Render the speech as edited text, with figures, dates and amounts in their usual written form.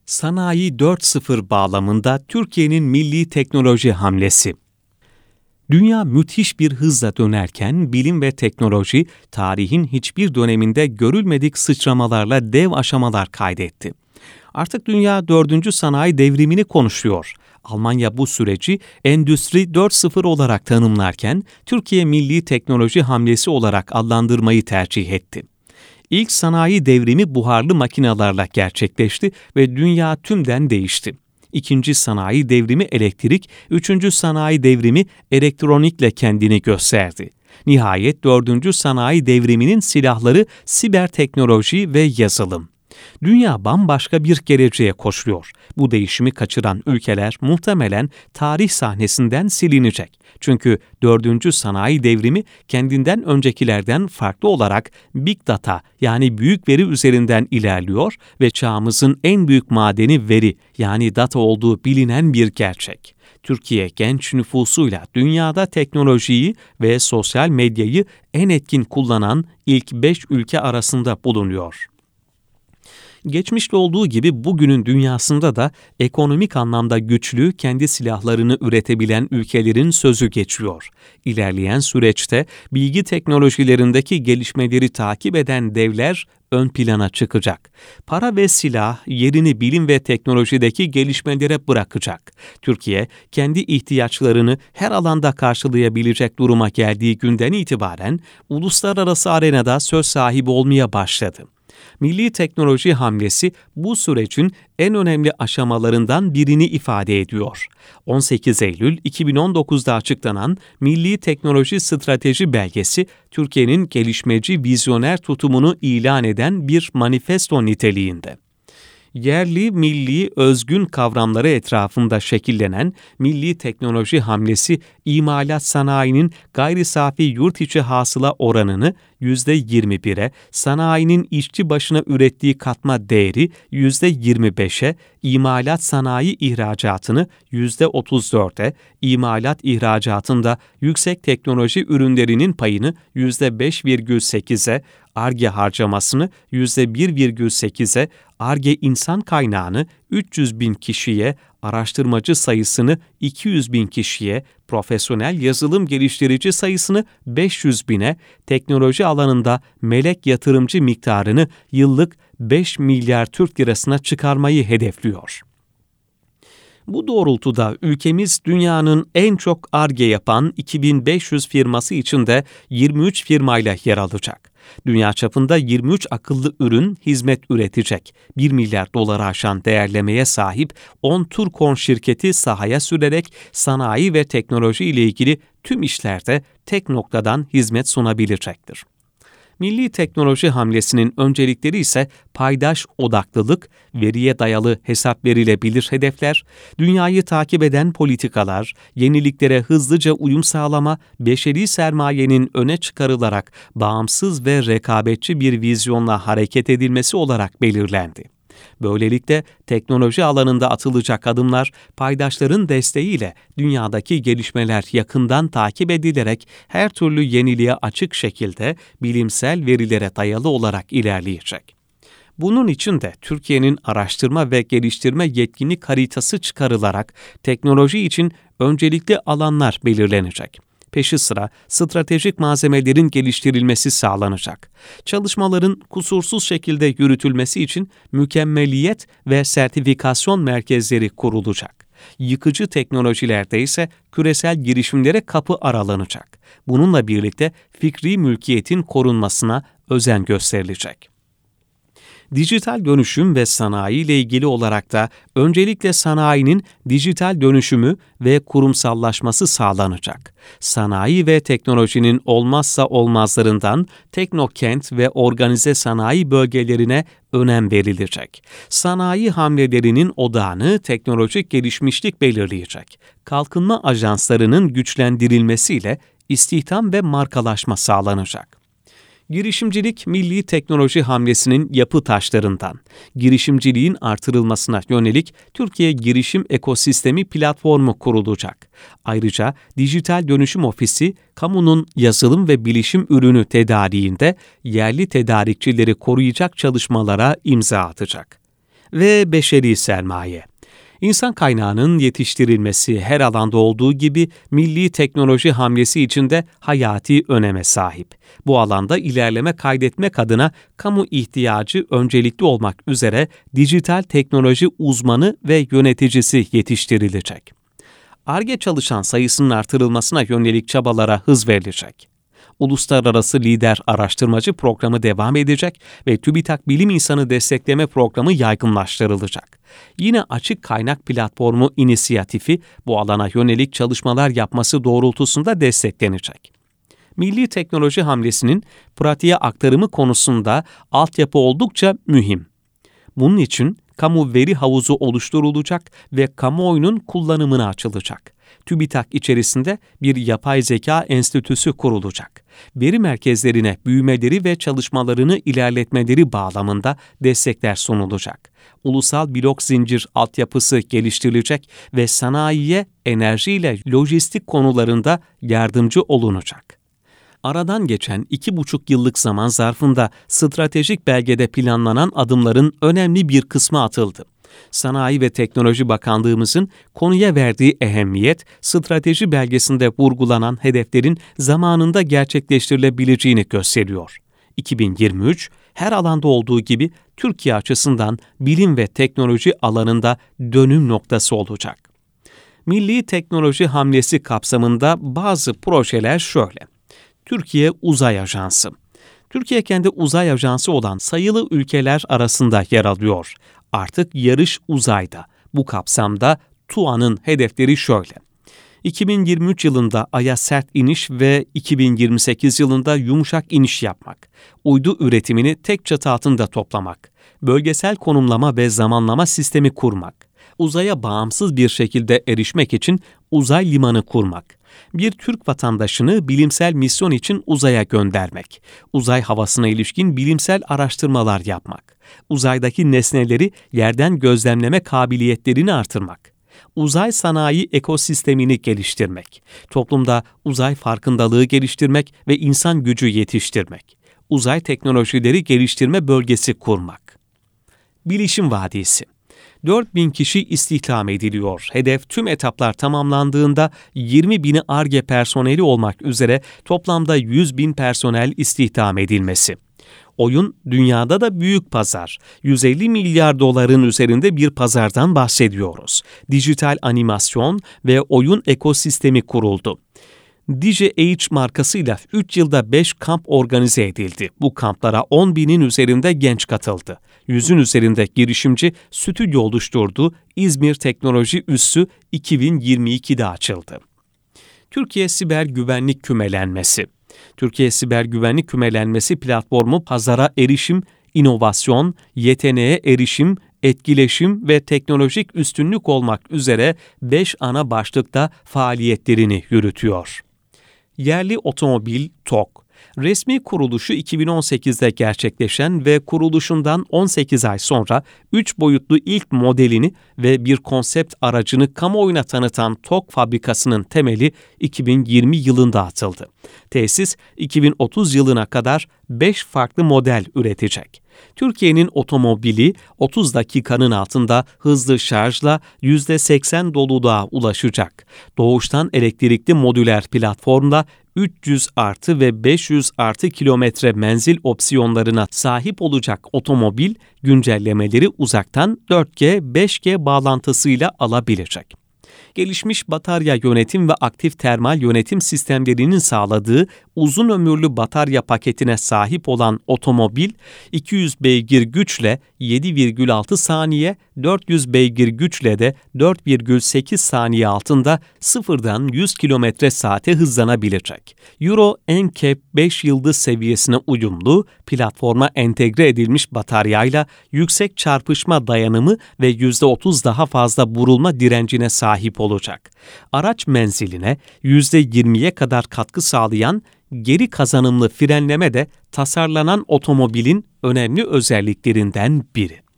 Sanayi 4.0 bağlamında Türkiye'nin milli teknoloji hamlesi. Dünya müthiş bir hızla dönerken bilim ve teknoloji tarihin hiçbir döneminde görülmedik sıçramalarla dev aşamalar kaydetti. Artık dünya 4. sanayi devrimini konuşuyor. Almanya bu süreci Endüstri 4.0 olarak tanımlarken Türkiye milli teknoloji hamlesi olarak adlandırmayı tercih etti. İlk sanayi devrimi buharlı makinelerle gerçekleşti ve dünya tümden değişti. İkinci sanayi devrimi elektrik, üçüncü sanayi devrimi elektronikle kendini gösterdi. Nihayet 4. sanayi devriminin silahları siber teknoloji ve yazılım. Dünya bambaşka bir geleceğe koşuyor. Bu değişimi kaçıran ülkeler muhtemelen tarih sahnesinden silinecek. Çünkü 4. sanayi devrimi kendinden öncekilerden farklı olarak Big Data yani büyük veri üzerinden ilerliyor ve çağımızın en büyük madeni veri yani data olduğu bilinen bir gerçek. Türkiye genç nüfusuyla dünyada teknolojiyi ve sosyal medyayı en etkin kullanan ilk 5 ülke arasında bulunuyor. Geçmişte olduğu gibi bugünün dünyasında da ekonomik anlamda güçlü, kendi silahlarını üretebilen ülkelerin sözü geçiyor. İlerleyen süreçte bilgi teknolojilerindeki gelişmeleri takip eden devler ön plana çıkacak. Para ve silah yerini bilim ve teknolojideki gelişmelere bırakacak. Türkiye, kendi ihtiyaçlarını her alanda karşılayabilecek duruma geldiği günden itibaren uluslararası arenada söz sahibi olmaya başladı. Milli teknoloji hamlesi bu sürecin en önemli aşamalarından birini ifade ediyor. 18 Eylül 2019'da açıklanan Milli Teknoloji Strateji Belgesi, Türkiye'nin gelişmeci vizyoner tutumunu ilan eden bir manifesto niteliğinde. Yerli, milli, özgün kavramları etrafında şekillenen milli teknoloji hamlesi, imalat sanayinin gayri safi yurt içi hasıla oranını %21'e, sanayinin işçi başına ürettiği katma değeri %25'e, imalat sanayi ihracatını %34'e, imalat ihracatında yüksek teknoloji ürünlerinin payını %5,8'e, Ar-Ge harcamasını %1,8'e, Ar-Ge insan kaynağını 300 bin kişiye, araştırmacı sayısını 200 bin kişiye, profesyonel yazılım geliştirici sayısını 500 bine, teknoloji alanında melek yatırımcı miktarını yıllık 5 milyar Türk lirasına çıkarmayı hedefliyor. Bu doğrultuda ülkemiz dünyanın en çok Ar-Ge yapan 2500 firması içinde 23 firmayla yer alacak. Dünya çapında 23 akıllı ürün, hizmet üretecek. 1 milyar doları aşan değerlemeye sahip 10 Turkon şirketi sahaya sürerek sanayi ve teknoloji ile ilgili tüm işlerde tek noktadan hizmet sunabilecektir. Milli teknoloji hamlesinin öncelikleri ise paydaş odaklılık, veriye dayalı hesap verilebilir hedefler, dünyayı takip eden politikalar, yeniliklere hızlıca uyum sağlama, beşeri sermayenin öne çıkarılarak bağımsız ve rekabetçi bir vizyonla hareket edilmesi olarak belirlendi. Böylelikle teknoloji alanında atılacak adımlar paydaşların desteğiyle dünyadaki gelişmeler yakından takip edilerek her türlü yeniliğe açık şekilde bilimsel verilere dayalı olarak ilerleyecek. Bunun için de Türkiye'nin araştırma ve geliştirme yetkinlik haritası çıkarılarak teknoloji için öncelikli alanlar belirlenecek. Peşi sıra stratejik malzemelerin geliştirilmesi sağlanacak. Çalışmaların kusursuz şekilde yürütülmesi için mükemmeliyet ve sertifikasyon merkezleri kurulacak. Yıkıcı teknolojilerde ise küresel girişimlere kapı aralanacak. Bununla birlikte fikri mülkiyetin korunmasına özen gösterilecek. Dijital dönüşüm ve sanayi ile ilgili olarak da öncelikle sanayinin dijital dönüşümü ve kurumsallaşması sağlanacak. Sanayi ve teknolojinin olmazsa olmazlarından teknokent ve organize sanayi bölgelerine önem verilecek. Sanayi hamlelerinin odağını teknolojik gelişmişlik belirleyecek. Kalkınma ajanslarının güçlendirilmesiyle istihdam ve markalaşma sağlanacak. Girişimcilik, milli teknoloji hamlesinin yapı taşlarından. Girişimciliğin artırılmasına yönelik Türkiye Girişim Ekosistemi Platformu kurulacak. Ayrıca Dijital Dönüşüm Ofisi, kamunun yazılım ve bilişim ürünü tedariğinde yerli tedarikçileri koruyacak çalışmalara imza atacak. ve beşeri sermaye. İnsan kaynağının yetiştirilmesi her alanda olduğu gibi milli teknoloji hamlesi içinde hayati öneme sahip. Bu alanda ilerleme kaydetmek adına kamu ihtiyacı öncelikli olmak üzere dijital teknoloji uzmanı ve yöneticisi yetiştirilecek. Ar-Ge çalışan sayısının artırılmasına yönelik çabalara hız verilecek. Uluslararası Lider Araştırmacı Programı devam edecek ve TÜBİTAK Bilim İnsanı Destekleme Programı yaygınlaştırılacak. Yine Açık Kaynak Platformu inisiyatifi bu alana yönelik çalışmalar yapması doğrultusunda desteklenecek. Milli teknoloji hamlesinin pratiğe aktarımı konusunda altyapı oldukça mühim. Bunun için kamu veri havuzu oluşturulacak ve kamuoyunun kullanımına açılacak. TÜBİTAK içerisinde bir yapay zeka enstitüsü kurulacak. Veri merkezlerine büyümeleri ve çalışmalarını ilerletmeleri bağlamında destekler sunulacak. Ulusal blok zincir altyapısı geliştirilecek ve sanayiye enerji ile lojistik konularında yardımcı olunacak. Aradan geçen 2,5 yıllık zaman zarfında stratejik belgede planlanan adımların önemli bir kısmı atıldı. Sanayi ve Teknoloji Bakanlığımızın konuya verdiği ehemmiyet, strateji belgesinde vurgulanan hedeflerin zamanında gerçekleştirilebileceğini gösteriyor. 2023, her alanda olduğu gibi Türkiye açısından bilim ve teknoloji alanında dönüm noktası olacak. Milli teknoloji hamlesi kapsamında bazı projeler şöyle. Türkiye Uzay Ajansı. Türkiye kendi uzay ajansı olan sayılı ülkeler arasında yer alıyor. Artık yarış uzayda. Bu kapsamda TUA'nın hedefleri şöyle. 2023 yılında Ay'a sert iniş ve 2028 yılında yumuşak iniş yapmak. Uydu üretimini tek çatı altında toplamak. Bölgesel konumlama ve zamanlama sistemi kurmak. Uzaya bağımsız bir şekilde erişmek için uzay limanı kurmak. Bir Türk vatandaşını bilimsel misyon için uzaya göndermek. Uzay havasına ilişkin bilimsel araştırmalar yapmak. Uzaydaki nesneleri yerden gözlemleme kabiliyetlerini artırmak. Uzay sanayi ekosistemini geliştirmek. Toplumda uzay farkındalığı geliştirmek ve insan gücü yetiştirmek. Uzay teknolojileri geliştirme bölgesi kurmak. Bilişim Vadisi. 4.000 kişi istihdam ediliyor. Hedef tüm etaplar tamamlandığında 20.000'i Ar-Ge personeli olmak üzere toplamda 100.000 personel istihdam edilmesi. Oyun dünyada da büyük pazar. 150 milyar doların üzerinde bir pazardan bahsediyoruz. Dijital animasyon ve oyun ekosistemi kuruldu. DigiAge markasıyla 3 yılda 5 kamp organize edildi. Bu kamplara 10.000'in üzerinde genç katıldı. 100'ün üzerinde girişimci stüdyo oluşturdu. İzmir Teknoloji Üssü 2022'de açıldı. Türkiye Siber Güvenlik Kümelenmesi. Türkiye Siber Güvenlik Kümelenmesi platformu pazara erişim, inovasyon, yeteneğe erişim, etkileşim ve teknolojik üstünlük olmak üzere 5 ana başlıkta faaliyetlerini yürütüyor. Yerli otomobil TOG. Resmi kuruluşu 2018'de gerçekleşen ve kuruluşundan 18 ay sonra 3 boyutlu ilk modelini ve bir konsept aracını kamuoyuna tanıtan TOG fabrikasının temeli 2020 yılında atıldı. Tesis 2030 yılına kadar 5 farklı model üretecek. Türkiye'nin otomobili 30 dakikanın altında hızlı şarjla %80 doluluğa ulaşacak. Doğuştan elektrikli modüler platformla 300 artı ve 500 artı kilometre menzil opsiyonlarına sahip olacak otomobil güncellemeleri uzaktan 4G, 5G bağlantısıyla alabilecek. Gelişmiş batarya yönetim ve aktif termal yönetim sistemlerinin sağladığı uzun ömürlü batarya paketine sahip olan otomobil, 200 beygir güçle 7,6 saniye, 400 beygir güçle de 4,8 saniye altında sıfırdan 100 km/saate hızlanabilecek. Euro NCAP 5 yıldız seviyesine uyumlu, platforma entegre edilmiş bataryayla yüksek çarpışma dayanımı ve %30 daha fazla vurulma direncine sahip olacak. Araç menziline %20'ye kadar katkı sağlayan geri kazanımlı frenleme de tasarlanan otomobilin önemli özelliklerinden biri.